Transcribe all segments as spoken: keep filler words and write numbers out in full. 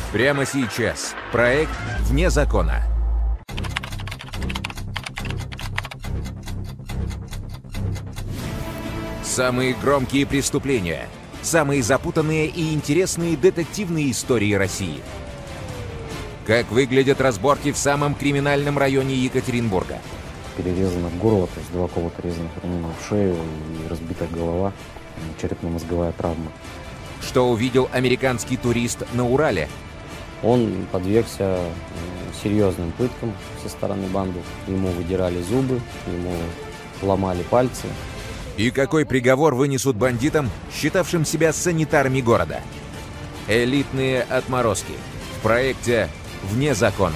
Прямо сейчас. Проект «Вне закона». Самые громкие преступления. Самые запутанные и интересные детективные истории России. Как выглядят разборки в самом криминальном районе Екатеринбурга. Перерезано горло, то есть два колота резаных раненого в шею и разбитая голова, черепно-мозговая травма. Что увидел американский турист на Урале? Он подвергся серьезным пыткам со стороны банды. Ему выдирали зубы, ему ломали пальцы. И какой приговор вынесут бандитам, считавшим себя санитарами города? Элитные отморозки. В проекте «Вне закона».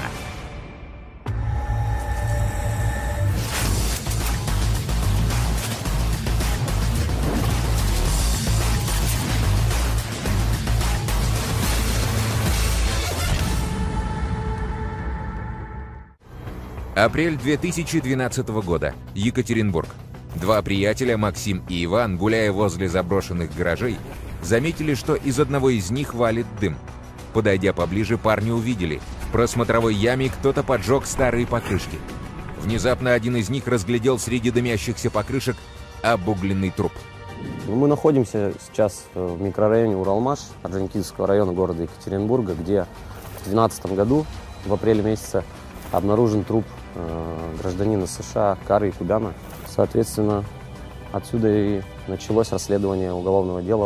Апрель две тысячи двенадцатого года. Екатеринбург. Два приятеля, Максим и Иван, гуляя возле заброшенных гаражей, заметили, что из одного из них валит дым. Подойдя поближе, парни увидели. В просмотровой яме кто-то поджег старые покрышки. Внезапно один из них разглядел среди дымящихся покрышек обугленный труп. Мы находимся сейчас в микрорайоне Уралмаш, Орджоникидзевского района города Екатеринбурга, где в две тысячи двенадцатом году, в апреле месяце, обнаружен труп э, гражданина США Кары Якубяна. Соответственно, отсюда и началось расследование уголовного дела.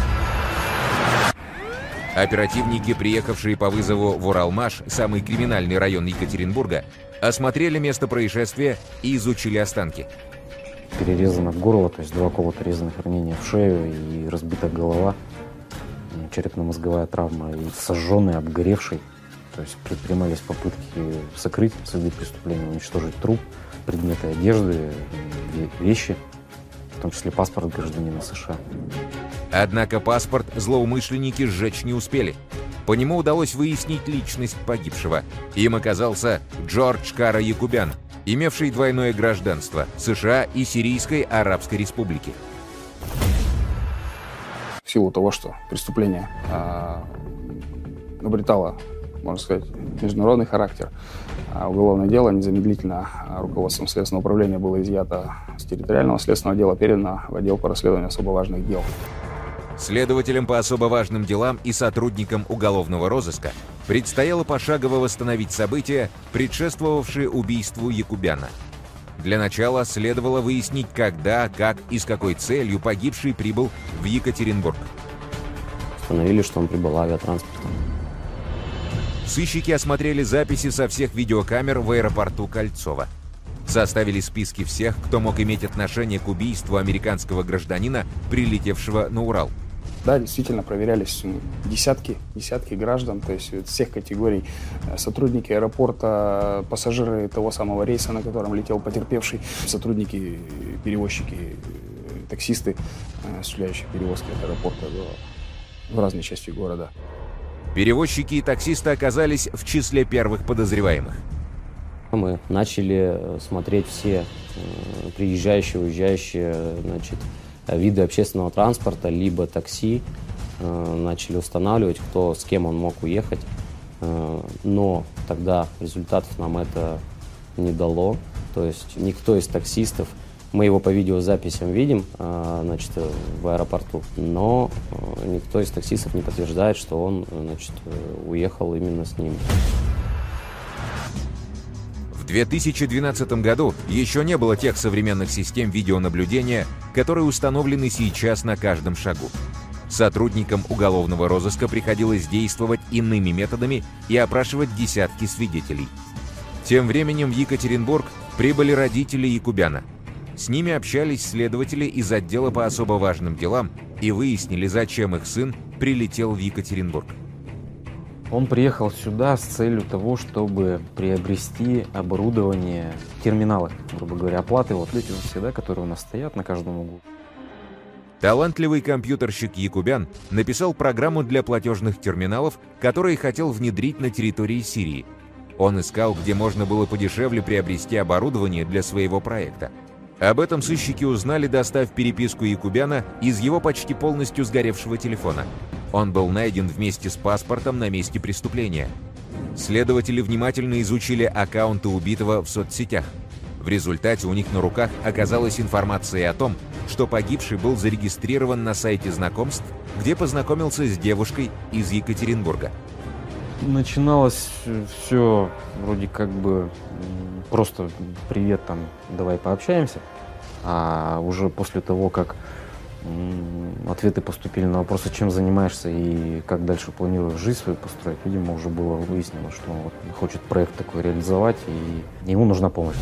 Оперативники, приехавшие по вызову в Уралмаш, самый криминальный район Екатеринбурга, осмотрели место происшествия и изучили останки. Перерезано горло, то есть два колота резаных ранения в шею и разбитая голова, черепно-мозговая травма и сожженный, обгоревший. То есть предпринимались попытки сокрыть следы преступления, уничтожить труп, предметы одежды, вещи, в том числе паспорт гражданина США. Однако паспорт злоумышленники сжечь не успели. По нему удалось выяснить личность погибшего. Им оказался Джордж Кара Якубян, имевший двойное гражданство США и Сирийской Арабской Республики. В силу того, что преступление а, обретало, можно сказать, международный характер, а уголовное дело незамедлительно руководством Следственного управления было изъято с территориального следственного дела, передано в отдел по расследованию особо важных дел. Следователям по особо важным делам и сотрудникам уголовного розыска предстояло пошагово восстановить события, предшествовавшие убийству Якубяна. Для начала следовало выяснить, когда, как и с какой целью погибший прибыл в Екатеринбург. Установили, что он прибыл авиатранспортом. Сыщики осмотрели записи со всех видеокамер в аэропорту Кольцово. Составили списки всех, кто мог иметь отношение к убийству американского гражданина, прилетевшего на Урал. Да, действительно, проверялись десятки, десятки граждан, то есть всех категорий. Сотрудники аэропорта, пассажиры того самого рейса, на котором летел потерпевший, сотрудники, перевозчики, таксисты, осуществляющие перевозки от аэропорта до, в разные части города. Перевозчики и таксисты оказались в числе первых подозреваемых. Мы начали смотреть все приезжающие, уезжающие, значит, виды общественного транспорта, либо такси. Начали устанавливать, кто с кем он мог уехать. Но тогда результатов нам это не дало. То есть никто из таксистов, мы его по видеозаписям видим, значит, в аэропорту, но никто из таксистов не подтверждает, что он, значит, уехал именно с ним. В две тысячи двенадцатом году еще не было тех современных систем видеонаблюдения, которые установлены сейчас на каждом шагу. Сотрудникам уголовного розыска приходилось действовать иными методами и опрашивать десятки свидетелей. Тем временем в Екатеринбург прибыли родители Якубяна. С ними общались следователи из отдела по особо важным делам и выяснили, зачем их сын прилетел в Екатеринбург. Он приехал сюда с целью того, чтобы приобрести оборудование, терминалы, грубо говоря, оплаты, вот эти вот все, да, которые у нас стоят на каждом углу. Талантливый компьютерщик Якубян написал программу для платежных терминалов, которые хотел внедрить на территории Сирии. Он искал, где можно было подешевле приобрести оборудование для своего проекта. Об этом сыщики узнали, достав переписку Якубяна из его почти полностью сгоревшего телефона. Он был найден вместе с паспортом на месте преступления. Следователи внимательно изучили аккаунты убитого в соцсетях. В результате у них на руках оказалась информация о том, что погибший был зарегистрирован на сайте знакомств, где познакомился с девушкой из Екатеринбурга. Начиналось все вроде как бы просто «привет, там, давай пообщаемся», а уже после того, как ответы поступили на вопросы, чем занимаешься и как дальше планируешь жизнь свою построить, видимо, уже было выяснено, что он вот хочет проект такой реализовать, и ему нужна помощь.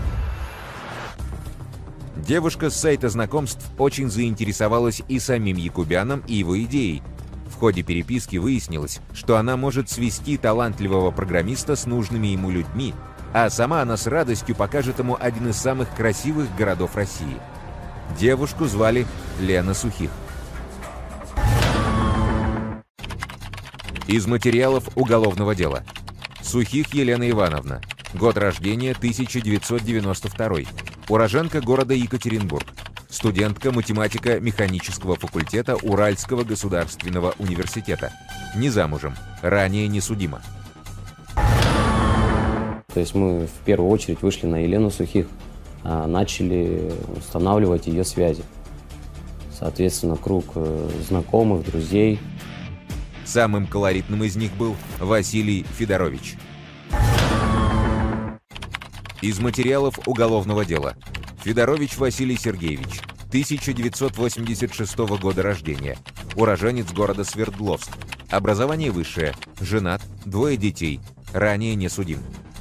Девушка с сайта знакомств очень заинтересовалась и самим Якубяном, и его идеей. В ходе переписки выяснилось, что она может свести талантливого программиста с нужными ему людьми, а сама она с радостью покажет ему один из самых красивых городов России. Девушку звали Лена Сухих. Из материалов уголовного дела. Сухих Елена Ивановна. Год рождения тысяча девятьсот девяносто второй. Уроженка города Екатеринбург. Студентка математико-механического факультета Уральского государственного университета. Не замужем. Ранее не судима. То есть мы в первую очередь вышли на Елену Сухих, начали устанавливать ее связи. Соответственно, круг знакомых, друзей. Самым колоритным из них был Василий Федорович. Из материалов уголовного дела. Федорович Василий Сергеевич, тысяча девятьсот восемьдесят шестого года рождения, уроженец города Свердловск, образование высшее, женат, двое детей, ранее не судим.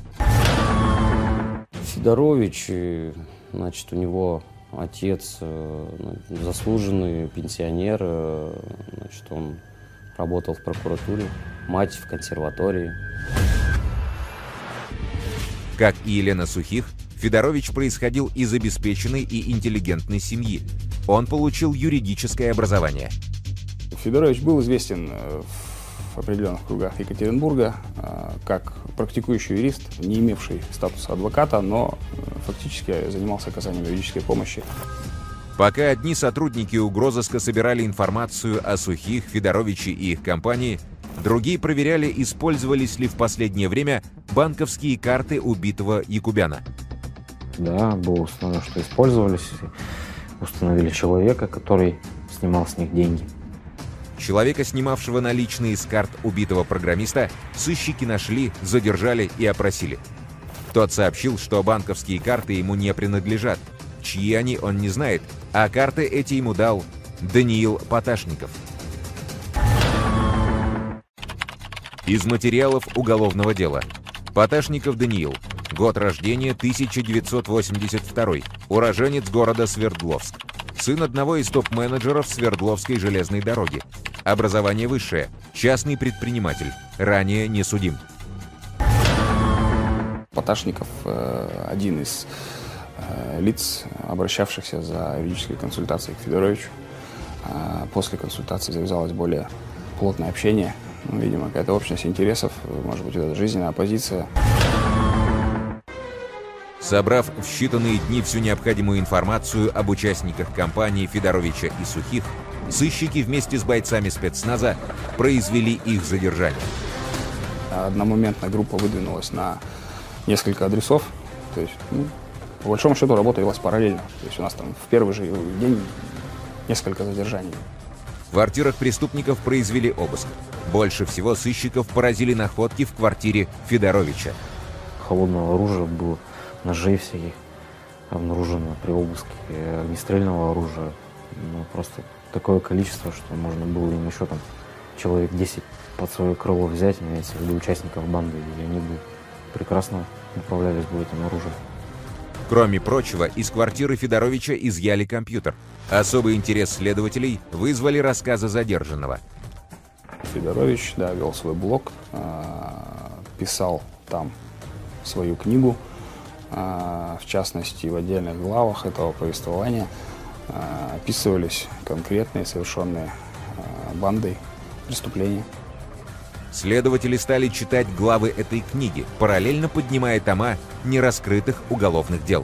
Федорович, значит, у него отец заслуженный пенсионер, значит, он работал в прокуратуре, мать в консерватории. Как и Елена Сухих, Федорович происходил из обеспеченной и интеллигентной семьи. Он получил юридическое образование. Федорович был известен в определенных кругах Екатеринбурга как практикующий юрист, не имевший статуса адвоката, но фактически занимался оказанием юридической помощи. Пока одни сотрудники угрозыска собирали информацию о Сухих, Федоровиче и их компании, другие проверяли, использовались ли в последнее время банковские карты убитого Якубяна. Да, было установлено, что использовались. Установили человека, который снимал с них деньги. Человека, снимавшего наличные с карт убитого программиста, сыщики нашли, задержали и опросили. Тот сообщил, что банковские карты ему не принадлежат. Чьи они, он не знает, а карты эти ему дал Даниил Поташников. Из материалов уголовного дела. Поташников Даниил. Год рождения тысяча девятьсот восемьдесят второй. Уроженец города Свердловск. Сын одного из топ-менеджеров Свердловской железной дороги. Образование высшее. Частный предприниматель. Ранее не судим. Поташников э, один из э, лиц, обращавшихся за юридической консультацией к Федоровичу. Э, после консультации завязалось более плотное общение. Ну, видимо, какая-то общность интересов, может быть, это жизненная позиция. Собрав в считанные дни всю необходимую информацию об участниках компании Федоровича и Сухих, сыщики вместе с бойцами спецназа произвели их задержание. Одномоментно группа выдвинулась на несколько адресов. То есть, ну, по большому счету, работа велась параллельно. То есть у нас там в первый же день несколько задержаний. В квартирах преступников произвели обыск. Больше всего сыщиков поразили находки в квартире Федоровича. Холодного оружия было, ножей всяких обнаружено при обыске, огнестрельного оружия. Ну, просто такое количество, что можно было им еще там человек десять под свое крыло взять, имеется в виду участников банды, и они бы прекрасно управлялись бы этим оружием. Кроме прочего, из квартиры Федоровича изъяли компьютер. Особый интерес следователей вызвали рассказы задержанного. Федорович, да, вел свой блог, писал там свою книгу. В частности, в отдельных главах этого повествования описывались конкретные совершенные бандой преступления. Следователи стали читать главы этой книги, параллельно поднимая тома нераскрытых уголовных дел.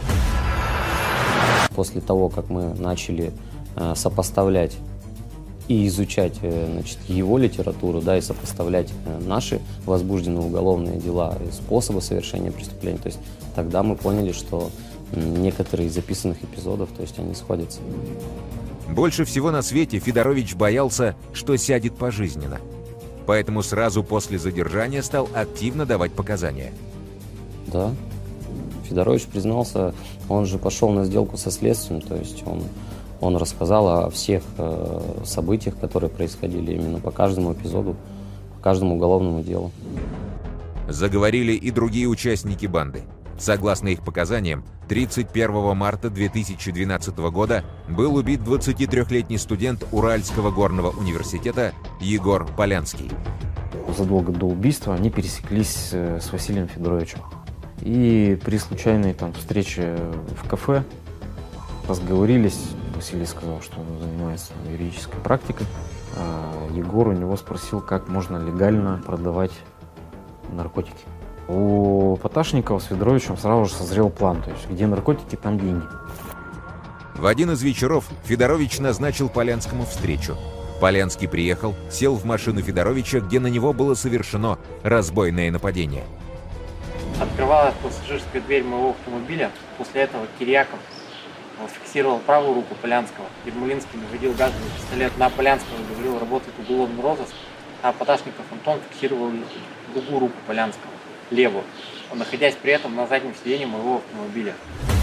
После того, как мы начали сопоставлять и изучать, значит, его литературу, да, и сопоставлять наши возбужденные уголовные дела и способы совершения преступлений. То есть тогда мы поняли, что некоторые из записанных эпизодов, то есть они сходятся. Больше всего на свете Федорович боялся, что сядет пожизненно. Поэтому сразу после задержания стал активно давать показания. Да. Федорович признался, он же пошел на сделку со следствием, то есть он, он рассказал о всех э, событиях, которые происходили именно по каждому эпизоду, по каждому уголовному делу. Заговорили и другие участники банды. Согласно их показаниям, тридцать первого марта две тысячи двенадцатого года был убит двадцатитрёхлетний студент Уральского горного университета Егор Полянский. Задолго до убийства они пересеклись с Василием Федоровичем. И при случайной там встрече в кафе разговорились. Василий сказал, что он занимается юридической практикой. А Егор у него спросил, как можно легально продавать наркотики. У Поташникова с Федоровичем сразу же созрел план, то есть где наркотики, там деньги. В один из вечеров Федорович назначил Полянскому встречу. Полянский приехал, сел в машину Федоровича, где на него было совершено разбойное нападение. Открывалась пассажирская дверь моего автомобиля. После этого Кирьяков фиксировал правую руку Полянского. Ермолинский наводил газовый пистолет на Полянского и говорил, работает уголовный розыск. А Поташников Антон фиксировал другую руку Полянского, левую, находясь при этом на заднем сиденье моего автомобиля.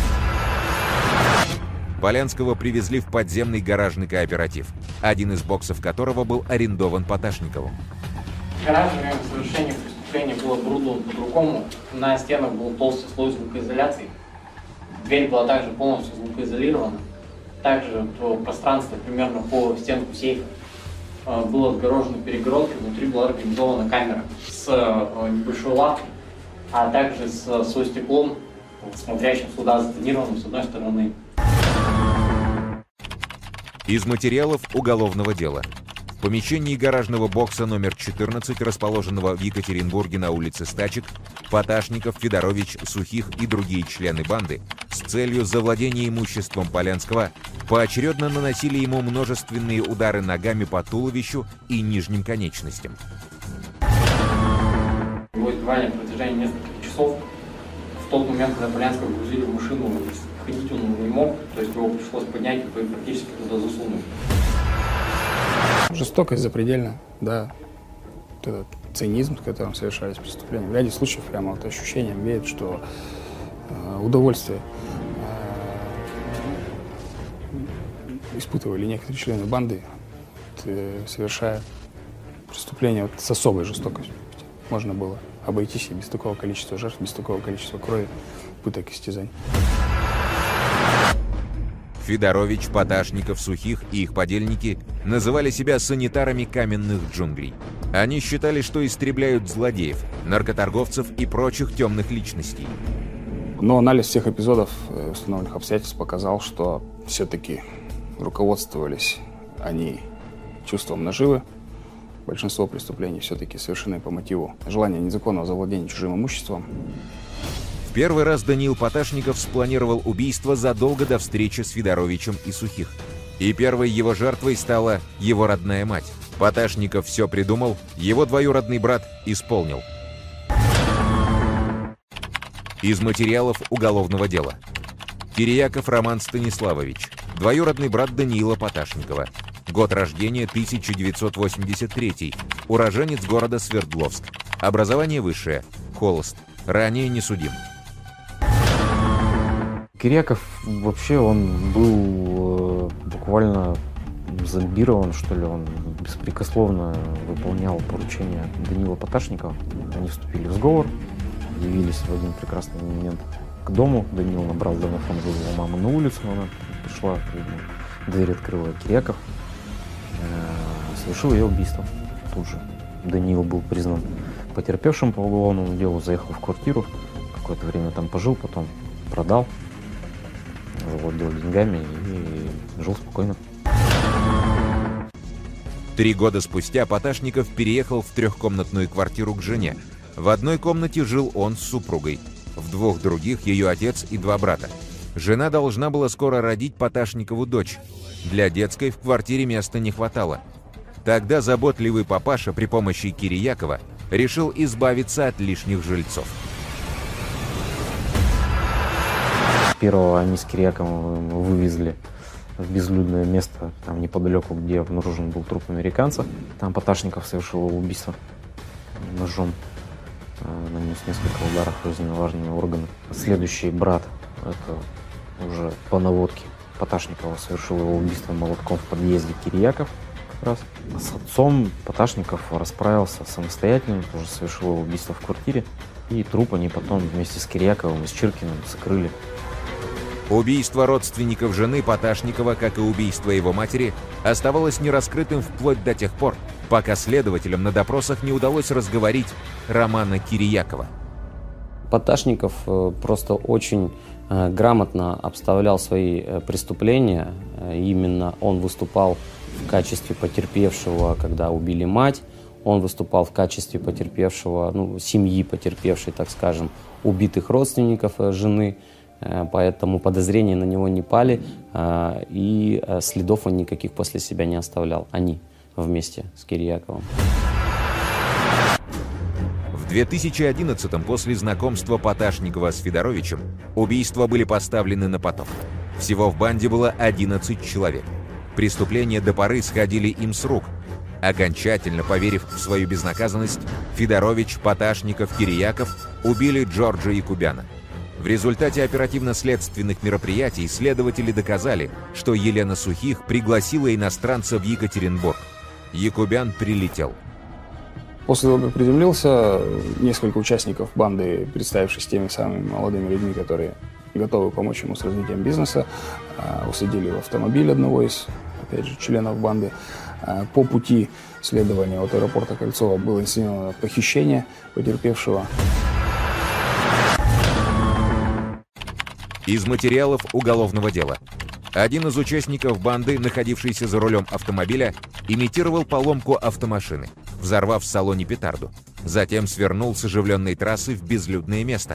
Полянского привезли в подземный гаражный кооператив, один из боксов которого был арендован Поташниковым. Гараж во время совершения преступления был оборудован по-другому. На стенах был толстый слой звукоизоляции. Дверь была также полностью звукоизолирована. Также пространство примерно по стенку сейфа было отгорожено перегородкой. Внутри была организована камера с небольшой лавкой, а также с, со стеклом, смотрящим сюда, затонированным с одной стороны. Из материалов уголовного дела. В помещении гаражного бокса номер четырнадцать, расположенного в Екатеринбурге на улице Стачек, Поташников, Федорович, Сухих и другие члены банды с целью завладения имуществом Полянского поочередно наносили ему множественные удары ногами по туловищу и нижним конечностям. Его избивали на протяжении нескольких часов. В тот момент, когда Полянского грузили в машину, ходить он не мог, то есть его пришлось поднять и практически туда засунуть. Жестокость запредельная, да. Вот этот цинизм, с которым совершались преступления. В ряде случаев прямо вот ощущением веет, что э, удовольствие э, испытывали некоторые члены банды, вот, э, совершая преступления вот, с особой жестокостью. Можно было обойтись и без такого количества жертв, без такого количества крови, пыток, истязаний. Федорович, Поташников, Сухих и их подельники называли себя санитарами каменных джунглей. Они считали, что истребляют злодеев, наркоторговцев и прочих темных личностей. Но анализ всех эпизодов установленных обстоятельств показал, что все-таки руководствовались они чувством наживы. Большинство преступлений все-таки совершены по мотиву желания незаконного завладения чужим имуществом. В первый раз Даниил Поташников спланировал убийство задолго до встречи с Федоровичем и Сухих. И первой его жертвой стала его родная мать. Поташников все придумал, его двоюродный брат исполнил. Из материалов уголовного дела. Кирьяков Роман Станиславович, двоюродный брат Даниила Поташникова. Год рождения тысяча девятьсот восемьдесят третий, уроженец города Свердловск. Образование высшее, холост, ранее не судим. Кирьяков вообще, он был э, буквально зомбирован, что ли, он беспрекословно выполнял поручения Даниила Поташникова. Они вступили в сговор, явились в один прекрасный момент к дому. Даниил набрал домофон, вызвал маму на улицу, она пришла, дверь открыла Кирьяков, э, совершил ее убийство тут же. Даниил был признан потерпевшим по уголовному делу, заехал в квартиру, какое-то время там пожил, потом продал, завладел деньгами и жил спокойно. Три года спустя Поташников переехал в трехкомнатную квартиру к жене. В одной комнате жил он с супругой, в двух других ее отец и два брата. Жена должна была скоро родить Поташникову дочь. Для детской в квартире места не хватало. Тогда заботливый папаша при помощи Кириякова решил избавиться от лишних жильцов. Первого они с Кириаковым вывезли в безлюдное место, там неподалеку, где обнаружен был труп американца. Там Поташников совершил убийство ножом, нанес несколько ударов разными важными органами. Следующий брат, это уже по наводке Поташникова, совершил его убийство молотком в подъезде Кирияков. Как раз. С отцом Поташников расправился самостоятельно, тоже совершил его убийство в квартире. И труп они потом вместе с Кириаковым и с Чиркиным закрыли. Убийство родственников жены Поташникова, как и убийство его матери, оставалось нераскрытым вплоть до тех пор, пока следователям на допросах не удалось разговорить Романа Кириякова. Поташников просто очень грамотно обставлял свои преступления. Именно он выступал в качестве потерпевшего, когда убили мать. Он выступал в качестве потерпевшего, ну, семьи потерпевшей, так скажем, убитых родственников жены. Поэтому подозрения на него не пали, и следов он никаких после себя не оставлял. Они вместе с Кириаковым. В две тысячи одиннадцатом, после знакомства Поташникова с Федоровичем, убийства были поставлены на поток. Всего в банде было одиннадцать человек. Преступления до поры сходили им с рук. Окончательно поверив в свою безнаказанность, Федорович, Поташников, Кирияков убили Джорджа Якубяна. В результате оперативно-следственных мероприятий следователи доказали, что Елена Сухих пригласила иностранца в Екатеринбург. Якубян прилетел. После того, как приземлился, несколько участников банды, представившись теми самыми молодыми людьми, которые готовы помочь ему с развитием бизнеса, усадили в автомобиль одного из, опять же, членов банды. По пути следования от аэропорта Кольцова было инсценировано похищение потерпевшего. Из материалов уголовного дела. Один из участников банды, находившийся за рулем автомобиля, имитировал поломку автомашины, взорвав в салоне петарду. Затем свернул с оживленной трассы в безлюдное место.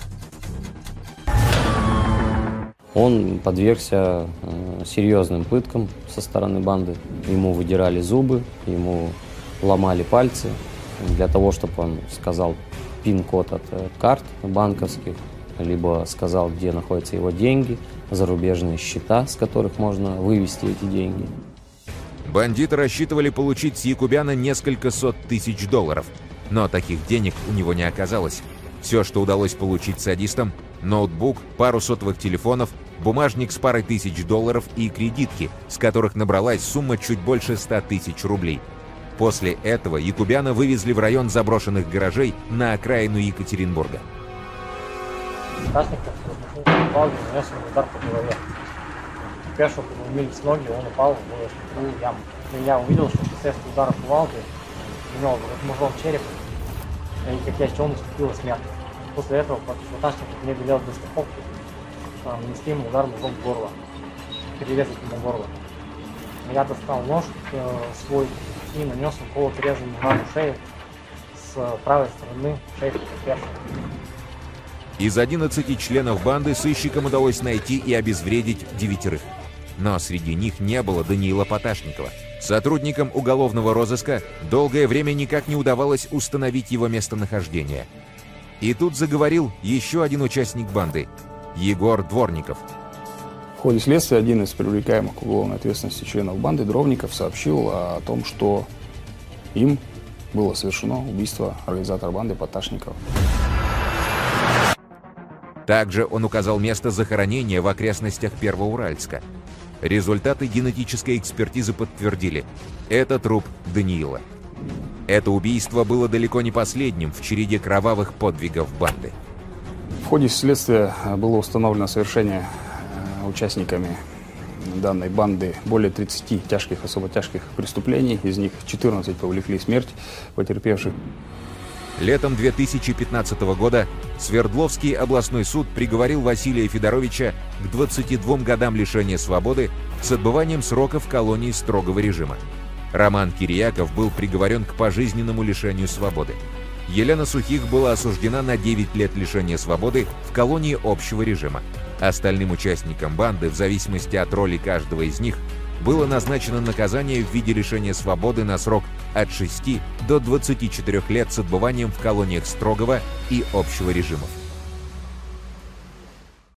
Он подвергся э, серьезным пыткам со стороны банды. Ему выдирали зубы, ему ломали пальцы для того, чтобы он сказал пин-код от э, карт банковских, либо сказал, где находятся его деньги, зарубежные счета, с которых можно вывести эти деньги. Бандиты рассчитывали получить с Якубяна несколько сот тысяч долларов, но таких денег у него не оказалось. Все, что удалось получить садистам – ноутбук, пару сотовых телефонов, бумажник с парой тысяч долларов и кредитки, с которых набралась сумма чуть больше ста тысяч рублей. После этого Якубяна вывезли в район заброшенных гаражей на окраину Екатеринбурга. Поташников упал, нанес ему удар по голове. Потерпевшего подломились ноги, он упал в такую яму. Я увидел, что последствия удара кувалды у него возмужал череп, и, как я счел, наступила смерть. После этого Поташников мне велел для страховки нанести ему удар ножом в горло, перерезать ему горло. Я достал нож э, свой и нанес укол отрезанную рану шеи с правой стороны шеи потерпевшего. Из одиннадцати членов банды сыщикам удалось найти и обезвредить девятерых. Но среди них не было Даниила Поташникова. Сотрудникам уголовного розыска долгое время никак не удавалось установить его местонахождение. И тут заговорил еще один участник банды – Егор Дворников. В ходе следствия один из привлекаемых к уголовной ответственности членов банды, Дровников, сообщил о том, что им было совершено убийство организатора банды Поташникова. Также он указал место захоронения в окрестностях Первоуральска. Результаты генетической экспертизы подтвердили – это труп Даниила. Это убийство было далеко не последним в череде кровавых подвигов банды. В ходе следствия было установлено совершение участниками данной банды более тридцати тяжких, особо тяжких преступлений. Из них четырнадцать повлекли смерть потерпевших. Летом две тысячи пятнадцатого года Свердловский областной суд приговорил Василия Федоровича к двадцати двум годам лишения свободы с отбыванием срока в колонии строгого режима. Роман Кирияков был приговорен к пожизненному лишению свободы. Елена Сухих была осуждена на девять лет лишения свободы в колонии общего режима. Остальным участникам банды, в зависимости от роли каждого из них, было назначено наказание в виде лишения свободы на срок от шести до двадцати четырёх лет с отбыванием в колониях строгого и общего режимов.